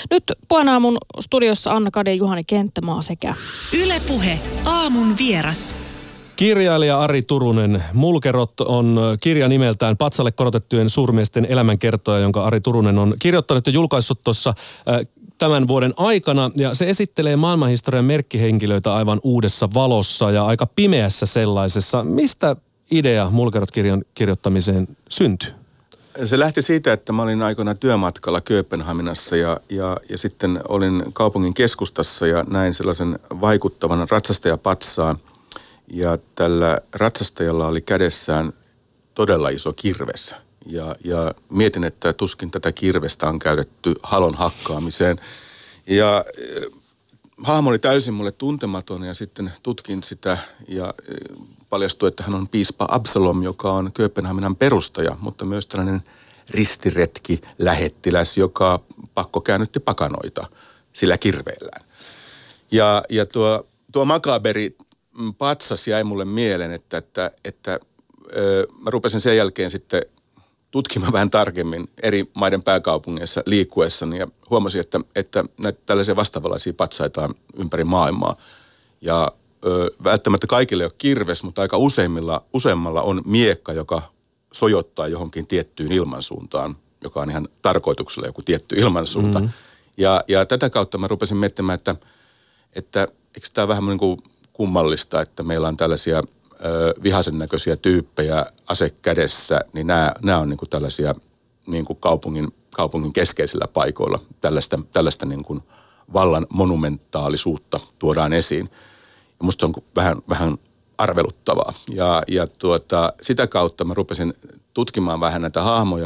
Nyt Puheenaamun studiossa Anna Kade, Juhani Kenttämaa sekä Yle Puhe, aamun vieras. Kirjailija Ari Turunen. Mulkerot on kirja nimeltään Patsalle korotettujen suurmiesten elämänkertoja, jonka Ari Turunen on kirjoittanut ja julkaissut tuossa tämän vuoden aikana. Ja se esittelee maailmanhistorian merkkihenkilöitä aivan uudessa valossa ja aika pimeässä sellaisessa. Mistä idea Mulkerot-kirjan kirjoittamiseen syntyi? Se lähti siitä, että mä olin aikoinaan työmatkalla Kööpenhaminassa ja sitten olin kaupungin keskustassa ja näin sellaisen vaikuttavan ratsastajapatsaan. Ja tällä ratsastajalla oli kädessään todella iso kirves. Ja mietin, että tuskin tätä kirvestä on käytetty halon hakkaamiseen. Ja hahmo oli täysin mulle tuntematon ja sitten tutkin sitä ja paljastui, että hän on piispa Absalom, joka on Kööpenhaminan perustaja, mutta myös tällainen ristiretki lähettiläs, joka pakkokäännytti pakanoita sillä kirveellään. Ja tuo makaberi patsas jäi mulle mieleen, että mä rupesin sen jälkeen sitten tutkimaan vähän tarkemmin eri maiden pääkaupungeissa liikkuessani ja huomasin, että näitä tällaisia vastaavanlaisia patsaita on ympäri maailmaa. Ja välttämättä kaikille ei ole kirves, mutta aika useammalla on miekka, joka sojottaa johonkin tiettyyn ilmansuuntaan, joka on ihan tarkoituksella joku tietty ilmansuunta. Mm-hmm. Ja tätä kautta mä rupesin miettimään, että eikö tämä vähän niin kuin kummallista, että meillä on tällaisia vihaisen näköisiä tyyppejä ase kädessä, niin nämä on niin kuin tällaisia niin kuin kaupungin keskeisillä paikoilla. Tällaista niin kuin vallan monumentaalisuutta tuodaan esiin. Ja musta se on vähän arveluttavaa. Ja sitä kautta mä rupesin tutkimaan vähän näitä hahmoja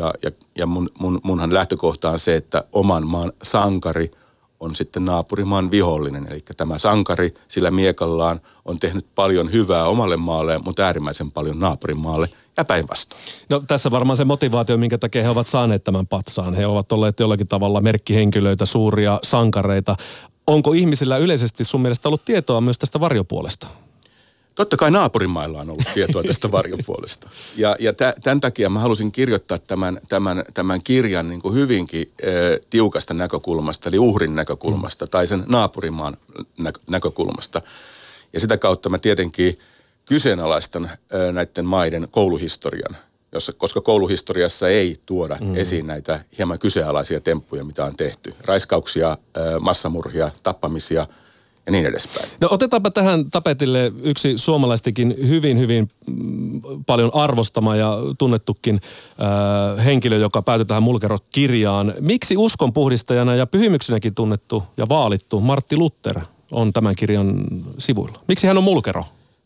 ja munhan lähtökohta on se, että oman maan sankari on sitten naapurimaan vihollinen. Eli tämä sankari sillä miekallaan on tehnyt paljon hyvää omalle maalleen, mutta äärimmäisen paljon naapurimaalle ja päinvastoin. No tässä varmaan se motivaatio, minkä takia he ovat saaneet tämän patsaan. He ovat olleet jollakin tavalla merkkihenkilöitä, suuria sankareita. Onko ihmisillä yleisesti sun mielestä ollut tietoa myös tästä varjopuolesta? Totta kai naapurimailla on ollut tietoa tästä varjopuolesta. Ja tämän takia mä halusin kirjoittaa tämän kirjan niin kuin hyvinkin tiukasta näkökulmasta, eli uhrin näkökulmasta tai sen naapurimaan näkökulmasta. Ja sitä kautta mä tietenkin kyseenalaistan näiden maiden kouluhistorian, koska kouluhistoriassa ei tuoda esiin näitä hieman kyseenalaisia temppuja, mitä on tehty. Raiskauksia, massamurhia, tappamisia ja niin edespäin. No otetaanpa tähän tapetille yksi suomalaistikin hyvin paljon arvostama ja tunnettukin henkilö, joka päätyi tähän Mulkerot-kirjaan. Miksi uskonpuhdistajana ja pyhimyksenäkin tunnettu ja vaalittu Martti Luther on tämän kirjan sivuilla? Miksi hän on mulkero?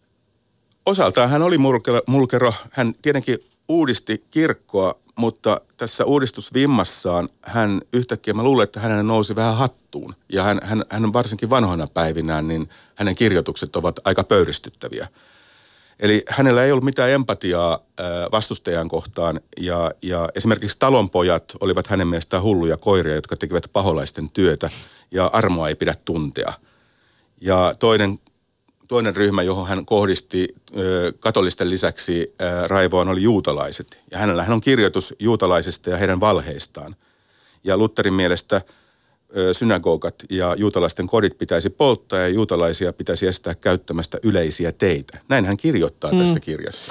Osaltaan hän oli mulkero. Hän tietenkin uudisti kirkkoa, mutta tässä uudistusvimmassaan hän yhtäkkiä, mä luulen, että hänelle nousi vähän hattuun. Ja hän varsinkin vanhoina päivinään, niin hänen kirjoitukset ovat aika pöyristyttäviä. Eli hänellä ei ollut mitään empatiaa vastustajan kohtaan ja esimerkiksi talonpojat olivat hänen mielestään hulluja koiria, jotka tekivät paholaisten työtä ja armoa ei pidä tuntea. Ja toinen ryhmä, johon hän kohdisti katolisten lisäksi raivoon, oli juutalaiset. Ja hänellä on kirjoitus juutalaisista ja heidän valheistaan. Ja Lutherin mielestä synagogat ja juutalaisten kodit pitäisi polttaa ja juutalaisia pitäisi estää käyttämästä yleisiä teitä. Näin hän kirjoittaa tässä kirjassa,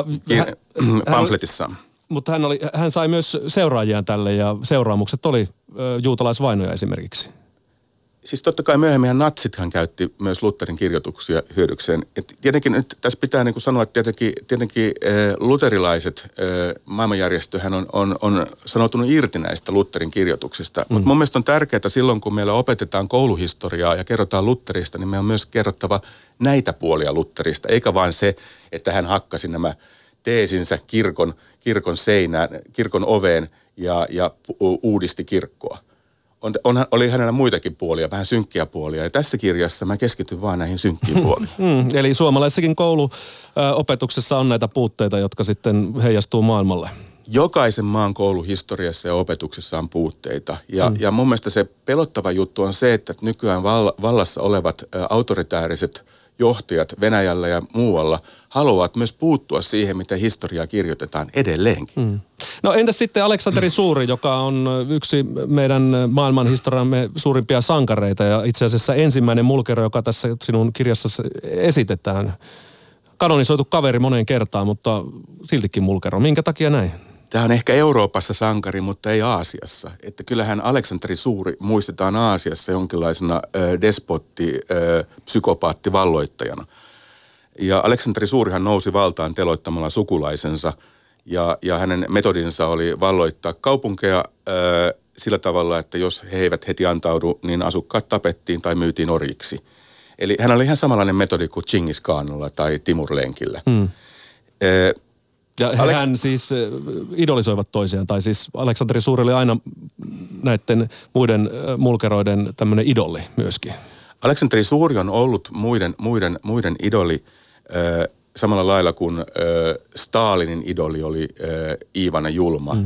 pamfletissaan. Mutta hän sai myös seuraajiaan tälle ja seuraamukset oli juutalaisvainoja esimerkiksi. Siis totta kai myöhemmin natsithan käytti myös Lutherin kirjoituksia hyödykseen. Et tietenkin nyt tässä pitää niin kuin sanoa, että tietenkin luterilaiset maailmanjärjestöhän on sanoutunut irti näistä Lutherin kirjoituksista. Mutta mun mielestä on tärkeää silloin, kun meillä opetetaan kouluhistoriaa ja kerrotaan Lutherista, niin meidän on myös kerrottava näitä puolia Lutherista. Eikä vain se, että hän hakkasi nämä teesinsä kirkon seinään, kirkon oveen ja uudisti kirkkoa. Oli hänellä muitakin puolia, vähän synkkiä puolia. Ja tässä kirjassa mä keskityn vaan näihin synkkiin puoliin. Eli suomalaisessakin kouluopetuksessa on näitä puutteita, jotka sitten heijastuu maailmalle. Jokaisen maan kouluhistoriassa ja opetuksessa on puutteita. Ja mun mielestä se pelottava juttu on se, että nykyään vallassa olevat autoritääriset johtajat Venäjällä ja muualla haluavat myös puuttua siihen, miten historiaa kirjoitetaan edelleenkin. No entäs sitten Aleksanteri Suuri, joka on yksi meidän maailmanhistoriamme suurimpia sankareita ja itse asiassa ensimmäinen mulkero, joka tässä sinun kirjassasi esitetään. Kanonisoitu kaveri moneen kertaan, mutta siltikin mulkero. Minkä takia näin? Tämä on ehkä Euroopassa sankari, mutta ei Aasiassa. Että kyllähän Aleksanteri Suuri muistetaan Aasiassa jonkinlaisena despotti, psykopaatti valloittajana. Ja Aleksanteri Suurihan nousi valtaan teloittamalla sukulaisensa ja hänen metodinsa oli valloittaa kaupunkeja sillä tavalla, että jos he eivät heti antaudu, niin asukkaat tapettiin tai myytiin orjiksi. Eli hän oli ihan samanlainen metodi kuin Chingis Khanilla tai Timur Lenkillä. Ja hän siis idolisoivat toisiaan, tai siis Aleksanteri Suuri oli aina näiden muiden mulkeroiden tämmöinen idoli myöskin. Aleksanteri Suuri on ollut muiden idoli samalla lailla kuin Stalinin idoli oli Iivana Julma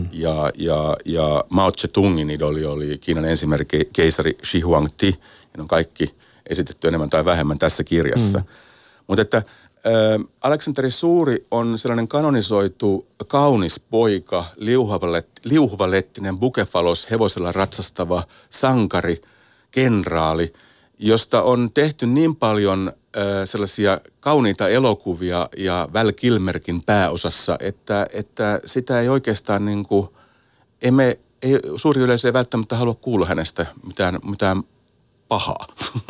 ja Mao Tse-tungin idoli oli Kiinan ensimmäinen keisari Shi Huangdi. Ne on kaikki esitetty enemmän tai vähemmän tässä kirjassa. Mutta että Aleksanteri Suuri on sellainen kanonisoitu kaunis poika, liuhvalettinen bukefalos, hevosella ratsastava sankari, kenraali, josta on tehty niin paljon sellaisia kauniita elokuvia ja Val Kilmerkin pääosassa, että sitä ei oikeastaan niin kuin, ei suuri yleisö ei välttämättä halua kuulla hänestä mitään pahaa.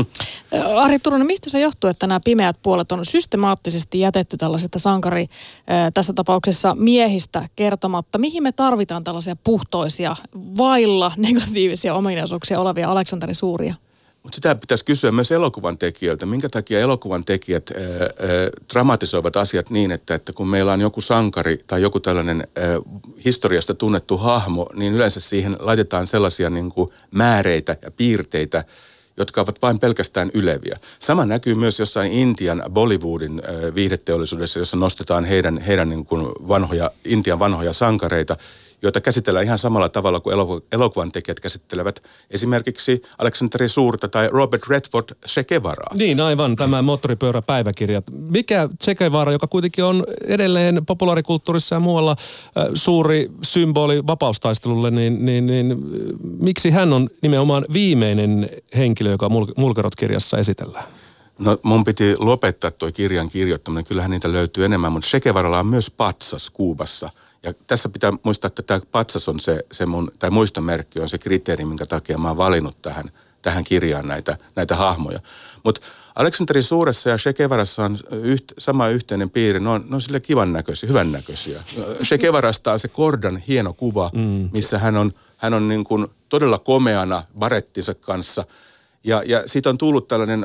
Ari Turunen, mistä se johtuu, että nämä pimeät puolet on systemaattisesti jätetty tällaisesta sankari, tässä tapauksessa miehistä kertomatta? Mihin me tarvitaan tällaisia puhtoisia, vailla negatiivisia ominaisuuksia olevia Aleksanteri Suuria? Mutta sitä pitäisi kysyä myös elokuvan tekijöiltä. Minkä takia elokuvan tekijät dramatisoivat asiat niin, että kun meillä on joku sankari tai joku tällainen historiasta tunnettu hahmo, niin yleensä siihen laitetaan sellaisia niin kuin määreitä ja piirteitä, jotka ovat vain pelkästään yleviä. Sama näkyy myös jossain Intian Bollywoodin viihdeteollisuudessa, jossa nostetaan heidän niin kuin Intian vanhoja sankareita, joita käsitellään ihan samalla tavalla kuin elokuvan tekijät käsittelevät esimerkiksi Aleksanteri Suurta tai Robert Redford Che Guevaraa. Niin, aivan, tämä moottoripyöräpäiväkirja. Mikä Che Guevara, joka kuitenkin on edelleen populaarikulttuurissa ja muualla suuri symboli vapaustaistelulle, niin miksi hän on nimenomaan viimeinen henkilö, joka Mulkerot-kirjassa esitellään? No mun piti lopettaa tuo kirjan kirjoittaminen. Kyllähän niitä löytyy enemmän, mutta Che Guevaralla on myös patsas Kuubassa. Ja tässä pitää muistaa, että tämä patsas on se mun, tai muistomerkki on se kriteeri, minkä takia mä oon valinnut tähän kirjaan näitä hahmoja. Mutta Aleksanteri Suuressa ja Che Guevarassa on sama yhteinen piiri. Ne on sille kivan näköisiä, hyvän näköisiä. Che Guevarasta on se Kordan hieno kuva, missä hän on niin kuin todella komeana barettinsa kanssa. Ja siitä on tullut tällainen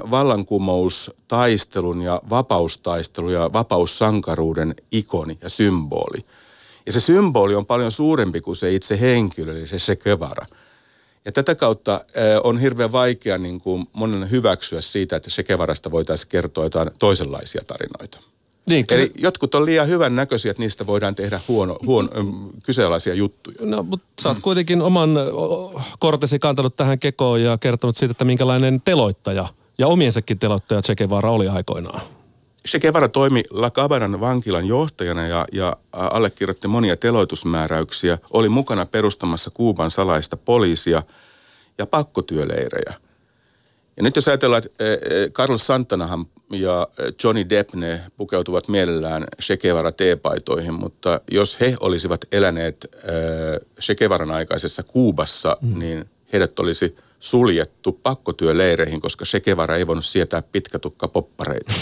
vallankumoustaistelun ja vapaustaistelun ja vapaussankaruuden ikoni ja symboli. Ja se symboli on paljon suurempi kuin se itse henkilö, eli se Che Guevara. Ja tätä kautta on hirveän vaikea niin kuin monen hyväksyä siitä, että Che Guevarasta voitaisiin kertoa jotain toisenlaisia tarinoita. Niin, eli jotkut on liian hyvän näköisiä, että niistä voidaan tehdä kyseenalaisia juttuja. No, mutta sä oot kuitenkin oman kortesi kantanut tähän kekoon ja kertonut siitä, että minkälainen teloittaja ja omiensakin teloittaja Che Guevara oli aikoinaan. Che Guevara toimi La Cabanan vankilan johtajana ja allekirjoitti monia teloitusmääräyksiä, oli mukana perustamassa Kuuban salaista poliisia ja pakkotyöleirejä. Ja nyt jos ajatellaan, että Carlos Santanahan ja Johnny Depp, ne pukeutuvat mielellään Che Guevara teepaitoihin, mutta jos he olisivat eläneet Che Guevaran aikaisessa Kuubassa, niin heidät olisi suljettu pakkotyöleireihin, koska Che Guevara ei voinut sietää pitkätukkapoppareita.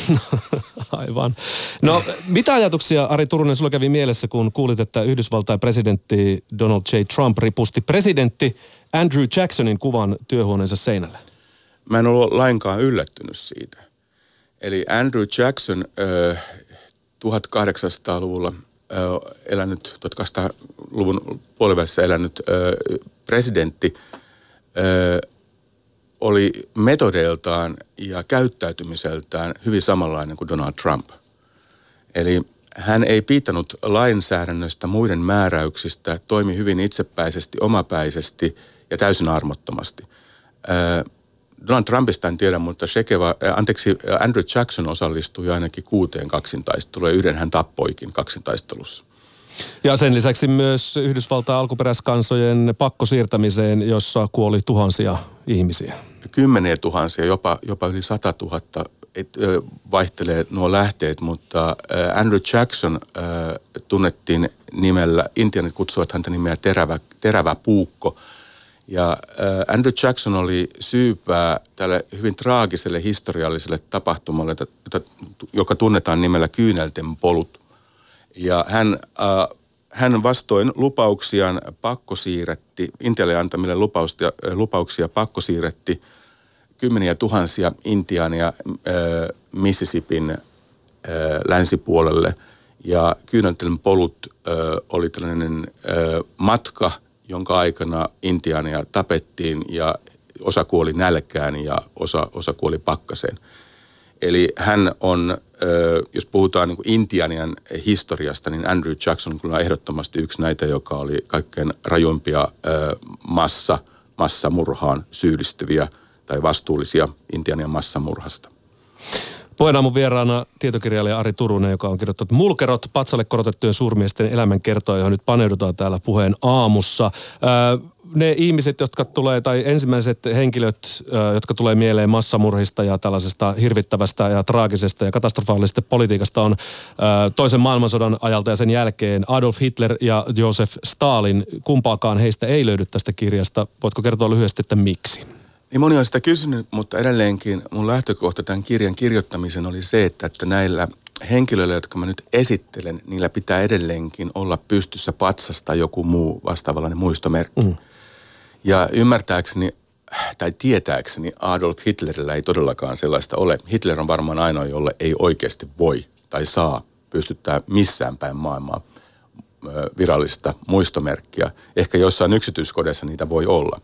Aivan. No, mitä ajatuksia, Ari Turunen, sulla kävi mielessä, kun kuulit, että Yhdysvaltain presidentti Donald J. Trump ripusti presidentti Andrew Jacksonin kuvan työhuoneensa seinälle? Mä en ollut lainkaan yllättynyt siitä. Eli Andrew Jackson 1800-luvulla elänyt, 1800-luvun puolivälissä elänyt presidentti oli metodeiltaan ja käyttäytymiseltään hyvin samanlainen kuin Donald Trump. Eli hän ei piitannut lainsäädännöstä, muiden määräyksistä, toimi hyvin itsepäisesti, omapäisesti ja täysin armottomasti. Donald Trumpista en tiedä, mutta Andrew Jackson osallistui ainakin 6 kaksintaisteluun ja yhden hän tappoikin kaksintaistelussa. Ja sen lisäksi myös Yhdysvaltain alkuperäiskansojen pakkosiirtämiseen, jossa kuoli tuhansia ihmisiä. 10 000, jopa yli 100 000 vaihtelee nuo lähteet, mutta Andrew Jackson tunnettiin nimellä, intianit kutsuvat häntä nimeä terävä puukko. Ja Andrew Jackson oli syypää tälle hyvin traagiselle historialliselle tapahtumalle, joka tunnetaan nimellä Kyynelten polut. Ja hän vastoin lupauksiaan Intialle antamille lupauksia pakkosiirretti 10 000 intiaania Mississippin länsipuolelle. Ja Kyynelten polut oli tällainen matka, jonka aikana intiaania tapettiin ja osa kuoli nälkään ja osa kuoli pakkaseen. Eli hän on, jos puhutaan niin kuin intianian historiasta, niin Andrew Jackson on kyllä ehdottomasti yksi näitä, joka oli kaikkein rajuimpia massamurhaan syyllistyviä tai vastuullisia intianian massamurhasta. Puheen aamun vieraana tietokirjailija Ari Turunen, joka on kirjoittanut Mulkerot, patsalle korotettujen suurmiesten elämänkertoja, johon nyt paneudutaan täällä Puheen aamussa. Ne ihmiset, jotka tulee, tai ensimmäiset henkilöt, jotka tulee mieleen massamurhista ja tällaisesta hirvittävästä ja traagisesta ja katastrofaalisesta politiikasta on toisen maailmansodan ajalta ja sen jälkeen Adolf Hitler ja Josef Stalin. Kumpaakaan heistä ei löydy tästä kirjasta. Voitko kertoa lyhyesti, että miksi? Niin moni on sitä kysynyt, mutta edelleenkin mun lähtökohta tämän kirjan kirjoittamisen oli se, että näillä henkilöillä, jotka mä nyt esittelen, niillä pitää edelleenkin olla pystyssä patsasta joku muu vastaavallainen muistomerkki. Ja ymmärtääkseni tai tietääkseni Adolf Hitlerillä ei todellakaan sellaista ole. Hitler on varmaan ainoa, jolle ei oikeasti voi tai saa pystyttää missään päin maailmaa virallista muistomerkkiä. Ehkä joissain yksityiskodeissa niitä voi olla.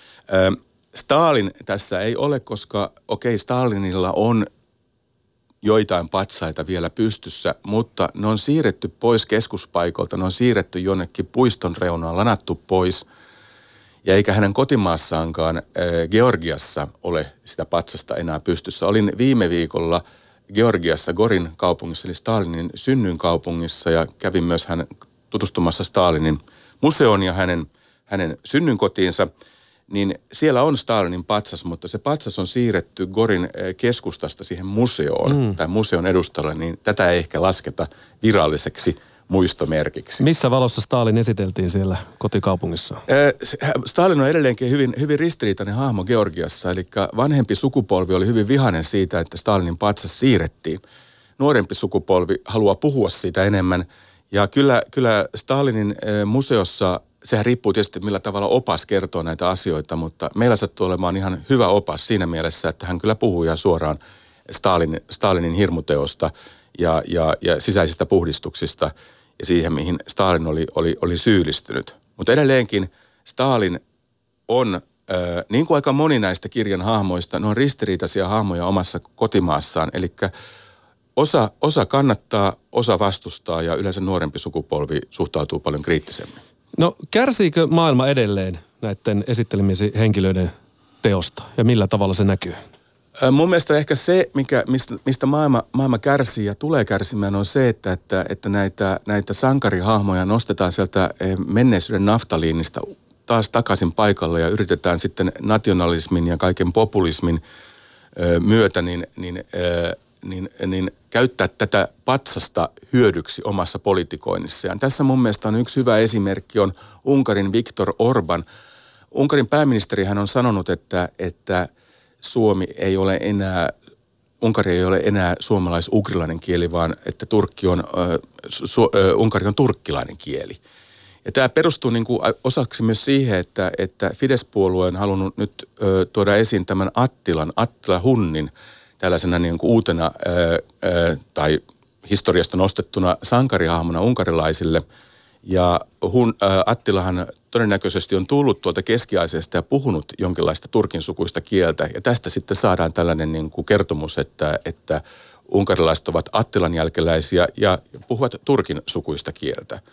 Stalin tässä ei ole, koska Stalinilla on joitain patsaita vielä pystyssä, mutta ne on siirretty pois keskuspaikolta, ne on siirretty jonnekin puiston reunaan, lanattu pois. Ja eikä hänen kotimaassaankaan Georgiassa ole sitä patsasta enää pystyssä. Olin viime viikolla Georgiassa, Gorin kaupungissa, eli Stalinin synnynkaupungissa, ja kävin myös hän tutustumassa Stalinin museoon ja hänen synnynkotiinsa. Niin siellä on Stalinin patsas, mutta se patsas on siirretty Gorin keskustasta siihen museoon, tai museon edustalle, niin tätä ei ehkä lasketa viralliseksi muistomerkiksi. Missä valossa Stalin esiteltiin siellä kotikaupungissa? Stalin on edelleenkin hyvin ristiriitainen hahmo Georgiassa, eli vanhempi sukupolvi oli hyvin vihainen siitä, että Stalinin patsas siirrettiin. Nuorempi sukupolvi haluaa puhua siitä enemmän, ja kyllä Stalinin museossa, sehän riippuu tietysti millä tavalla opas kertoo näitä asioita, mutta meillä sattuu olemaan ihan hyvä opas siinä mielessä, että hän kyllä puhuu ihan suoraan Stalinin hirmuteosta ja sisäisistä puhdistuksista ja siihen, mihin Stalin oli syyllistynyt. Mutta edelleenkin Stalin on, niin kuin aika moni näistä kirjan hahmoista, ne on ristiriitaisia hahmoja omassa kotimaassaan. Eli osa kannattaa, osa vastustaa ja yleensä nuorempi sukupolvi suhtautuu paljon kriittisemmin. No kärsiikö maailma edelleen näiden esittelemisi henkilöiden teosta ja millä tavalla se näkyy? Mun mielestä ehkä se, mistä maailma kärsii ja tulee kärsimään, on se, että näitä sankarihahmoja nostetaan sieltä menneisyyden naftaliinista taas takaisin paikalle ja yritetään sitten nationalismin ja kaiken populismin myötä niin käyttää tätä patsasta hyödyksi omassa politikoinnissaan. Tässä mun mielestä on yksi hyvä esimerkki on Unkarin Viktor Orban. Unkarin pääministeri hän on sanonut, että Unkari ei ole enää suomalais-ugrilainen kieli, vaan että Unkari on turkkilainen kieli. Ja tämä perustuu niin kuin osaksi myös siihen, että Fidesz-puolue on halunnut nyt tuoda esiin tämän Attila Hunnin tällaisena niin kuin uutena tai historiasta nostettuna sankarihahmona unkarilaisille. Ja Attilahan todennäköisesti on tullut tuolta Keski-Aasiasta ja puhunut jonkinlaista turkin sukuista kieltä. Ja tästä sitten saadaan tällainen niin kuin kertomus, että unkarilaiset ovat Attilan jälkeläisiä ja puhuvat turkin sukuista kieltä.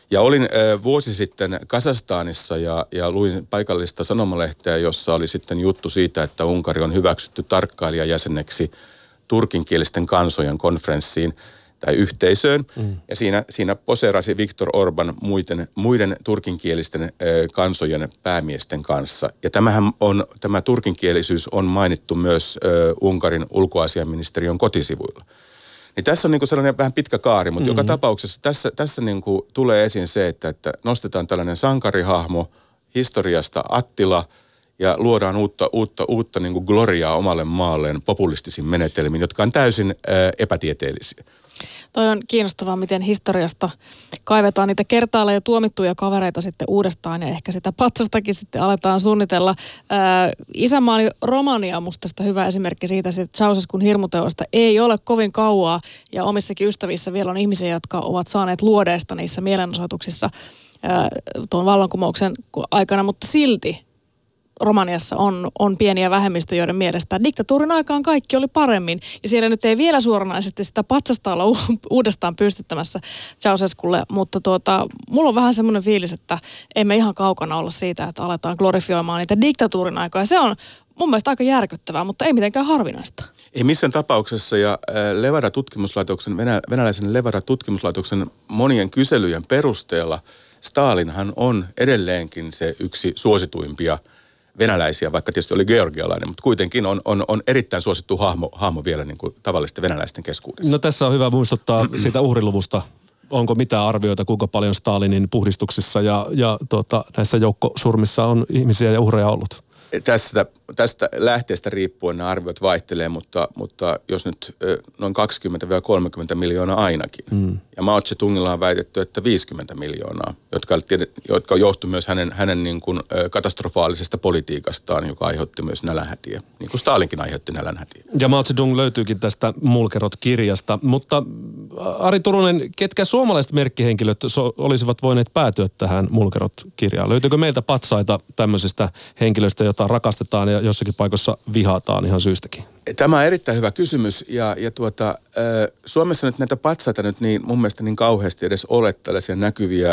Ja olin vuosi sitten Kazakstanissa ja luin paikallista sanomalehteä, jossa oli sitten juttu siitä, että Unkari on hyväksytty tarkkailijajäseneksi turkinkielisten kansojen konferenssiin tai yhteisöön. Ja siinä poseerasi Viktor Orban muiden turkinkielisten kansojen päämiesten kanssa. Ja tämä turkinkielisyys on mainittu myös Unkarin ulkoasiainministeriön kotisivuilla. Niin tässä on niin kuin sellainen vähän pitkä kaari, mutta joka tapauksessa tässä niin kuin tulee esiin se, että nostetaan tällainen sankarihahmo historiasta Attila ja luodaan uutta niin kuin gloriaa omalle maalleen populistisin menetelmin, jotka on täysin epätieteellisiä. Toi on kiinnostavaa, miten historiasta kaivetaan niitä kertaalleen jo tuomittuja kavereita sitten uudestaan ja ehkä sitä patsastakin sitten aletaan suunnitella. Isänmaani Romania on musta tästä hyvä esimerkki siitä, että Ceausescun hirmuteosta ei ole kovin kauaa ja omissakin ystävissä vielä on ihmisiä, jotka ovat saaneet luodeesta niissä mielenosoituksissa tuon vallankumouksen aikana, mutta silti Romaniassa on pieniä vähemmistöjä, joiden mielestä diktatuurin aikaan kaikki oli paremmin. Ja siellä nyt ei vielä suoranaisesti sitä patsasta olla uudestaan pystyttämässä Ceausesculle, mutta mulla on vähän semmoinen fiilis, että emme ihan kaukana olla siitä, että aletaan glorifioimaan niitä diktatuurin aikaa. Se on mun mielestä aika järkyttävää, mutta ei mitenkään harvinaista. Ei missään tapauksessa, ja Levada-tutkimuslaitoksen, venäläisen Levada-tutkimuslaitoksen monien kyselyjen perusteella Stalinhan on edelleenkin se yksi suosituimpia venäläisiä, vaikka tietysti oli georgialainen, mutta kuitenkin on erittäin suosittu hahmo vielä niin kuin tavallisten venäläisten keskuudessa. No tässä on hyvä muistuttaa siitä uhriluvusta. Onko mitään arvioita, kuinka paljon Stalinin puhdistuksissa ja näissä joukkosurmissa on ihmisiä ja uhreja ollut? Tästä lähteestä riippuen nämä arviot vaihtelee, mutta jos nyt noin 20-30 miljoonaa ainakin. Ja Mao Tse-tungilla on väitetty, että 50 miljoonaa, jotka johtuu myös hänen niin kuin katastrofaalisesta politiikastaan, joka aiheutti myös nälänhätiä, niin kuin Stalinkin aiheutti nälänhätiä. Ja Mao Tse-tung löytyykin tästä Mulkerot-kirjasta, mutta Ari Turunen, ketkä suomalaiset merkkihenkilöt olisivat voineet päätyä tähän Mulkerot-kirjaan? Löytyykö meiltä patsaita tämmöisistä henkilöistä, joita rakastetaan ja jossakin paikassa vihataan ihan syystäkin? Tämä on erittäin hyvä kysymys ja Suomessa nyt näitä patsaita nyt niin mun mielestä niin kauheasti edes ole tällaisia näkyviä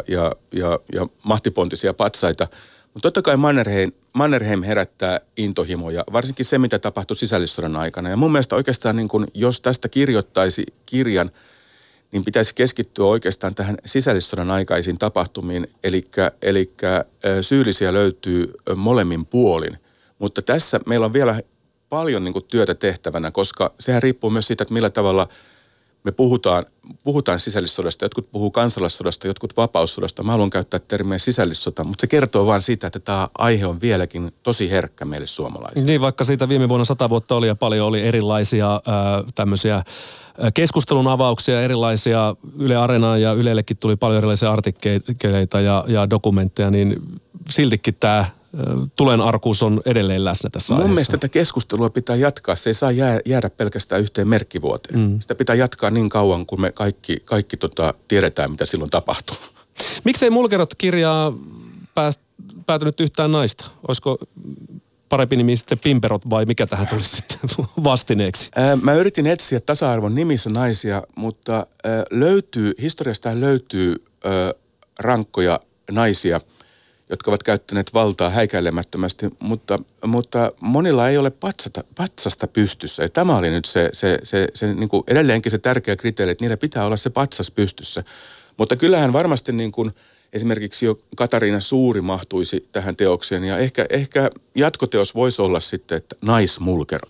ja mahtipontisia patsaita. Mutta totta kai Mannerheim herättää intohimoja, varsinkin se mitä tapahtui sisällissodan aikana. Ja mun mielestä oikeastaan niin kun, jos tästä kirjoittaisi kirjan, niin pitäisi keskittyä oikeastaan tähän sisällissodan aikaisiin tapahtumiin, eli syyllisiä löytyy molemmin puolin. Mutta tässä meillä on vielä paljon niin kuin työtä tehtävänä, koska sehän riippuu myös siitä, että millä tavalla me puhutaan sisällissodasta. Jotkut puhuu kansalaissodasta, jotkut vapaussodasta. Mä haluan käyttää termiä sisällissota, mutta se kertoo vaan siitä, että tämä aihe on vieläkin tosi herkkä meille suomalaisille. Niin, vaikka siitä viime vuonna 100 vuotta oli ja paljon oli erilaisia tämmöisiä keskustelun avauksia, erilaisia Yle Areenaan ja Ylellekin tuli paljon erilaisia artikkeleita ja dokumentteja, niin siltikin tämä tulenarkuus on edelleen läsnä tässä aiheessa. Mun mielestä tätä keskustelua pitää jatkaa. Se ei saa jäädä pelkästään yhteen merkkivuoteen. Sitä pitää jatkaa niin kauan, kun me kaikki tiedetään, mitä silloin tapahtuu. Miksei Mulkerot-kirjaa päätynyt yhtään naista? Olisiko parempi nimi sitten Pimperot vai mikä tähän tulisi sitten vastineeksi? Mä yritin etsiä tasa-arvon nimissä naisia, mutta historiasta löytyy rankkoja naisia, jotka ovat käyttäneet valtaa häikäilemättömästi, mutta monilla ei ole patsasta pystyssä. Ja tämä oli nyt se niin kuin edelleenkin se tärkeä kriteeri, että niillä pitää olla se patsas pystyssä. Mutta kyllähän varmasti niin kuin esimerkiksi jo Katariina Suuri mahtuisi tähän teokseen, ja ehkä jatkoteos voisi olla sitten, että naismulkerot.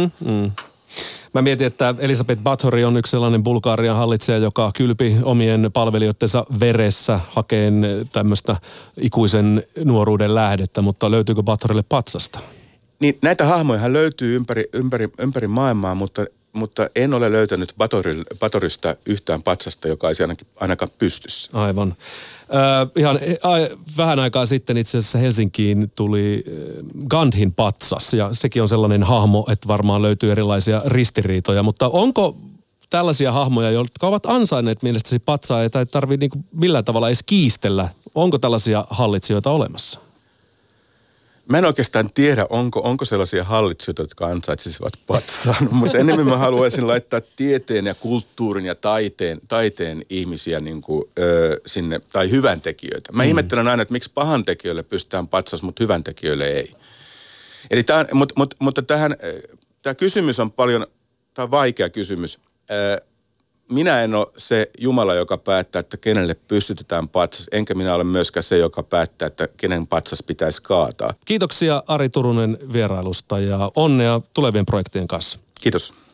Mä mietin, että Elisabeth Bathory on yksi sellainen Bulgarian hallitsija, joka kylpi omien palvelijoittensa veressä hakeen tämmöistä ikuisen nuoruuden lähdettä, mutta löytyykö Bathorylle patsasta? Niin, näitä hahmoja löytyy ympäri maailmaa, mutta en ole löytänyt Bathorysta yhtään patsasta, joka olisi ainakaan pystyssä. Aivan. Ihan vähän aikaa sitten itse asiassa Helsinkiin tuli Gandhin patsas ja sekin on sellainen hahmo, että varmaan löytyy erilaisia ristiriitoja, mutta onko tällaisia hahmoja, jotka ovat ansainneet mielestäsi patsaa ja ei tarvitse niin millään tavalla edes kiistellä? Onko tällaisia hallitsijoita olemassa? Mä en oikeastaan tiedä, onko sellaisia hallitsijoita, jotka ansaitsisivat patsaan, mutta enemmän mä haluaisin laittaa tieteen ja kulttuurin ja taiteen ihmisiä niin kuin, sinne, tai hyväntekijöitä. Mä ihmettelen aina, että miksi pahantekijöille pystytään patsas, mutta hyväntekijöille ei. Eli mutta tämä kysymys on paljon, tämä on vaikea kysymys. Minä en ole se Jumala, joka päättää, että kenelle pystytetään patsas, enkä minä ole myöskään se, joka päättää, että kenen patsas pitäisi kaataa. Kiitoksia Ari Turunen vierailusta ja onnea tulevien projektien kanssa. Kiitos.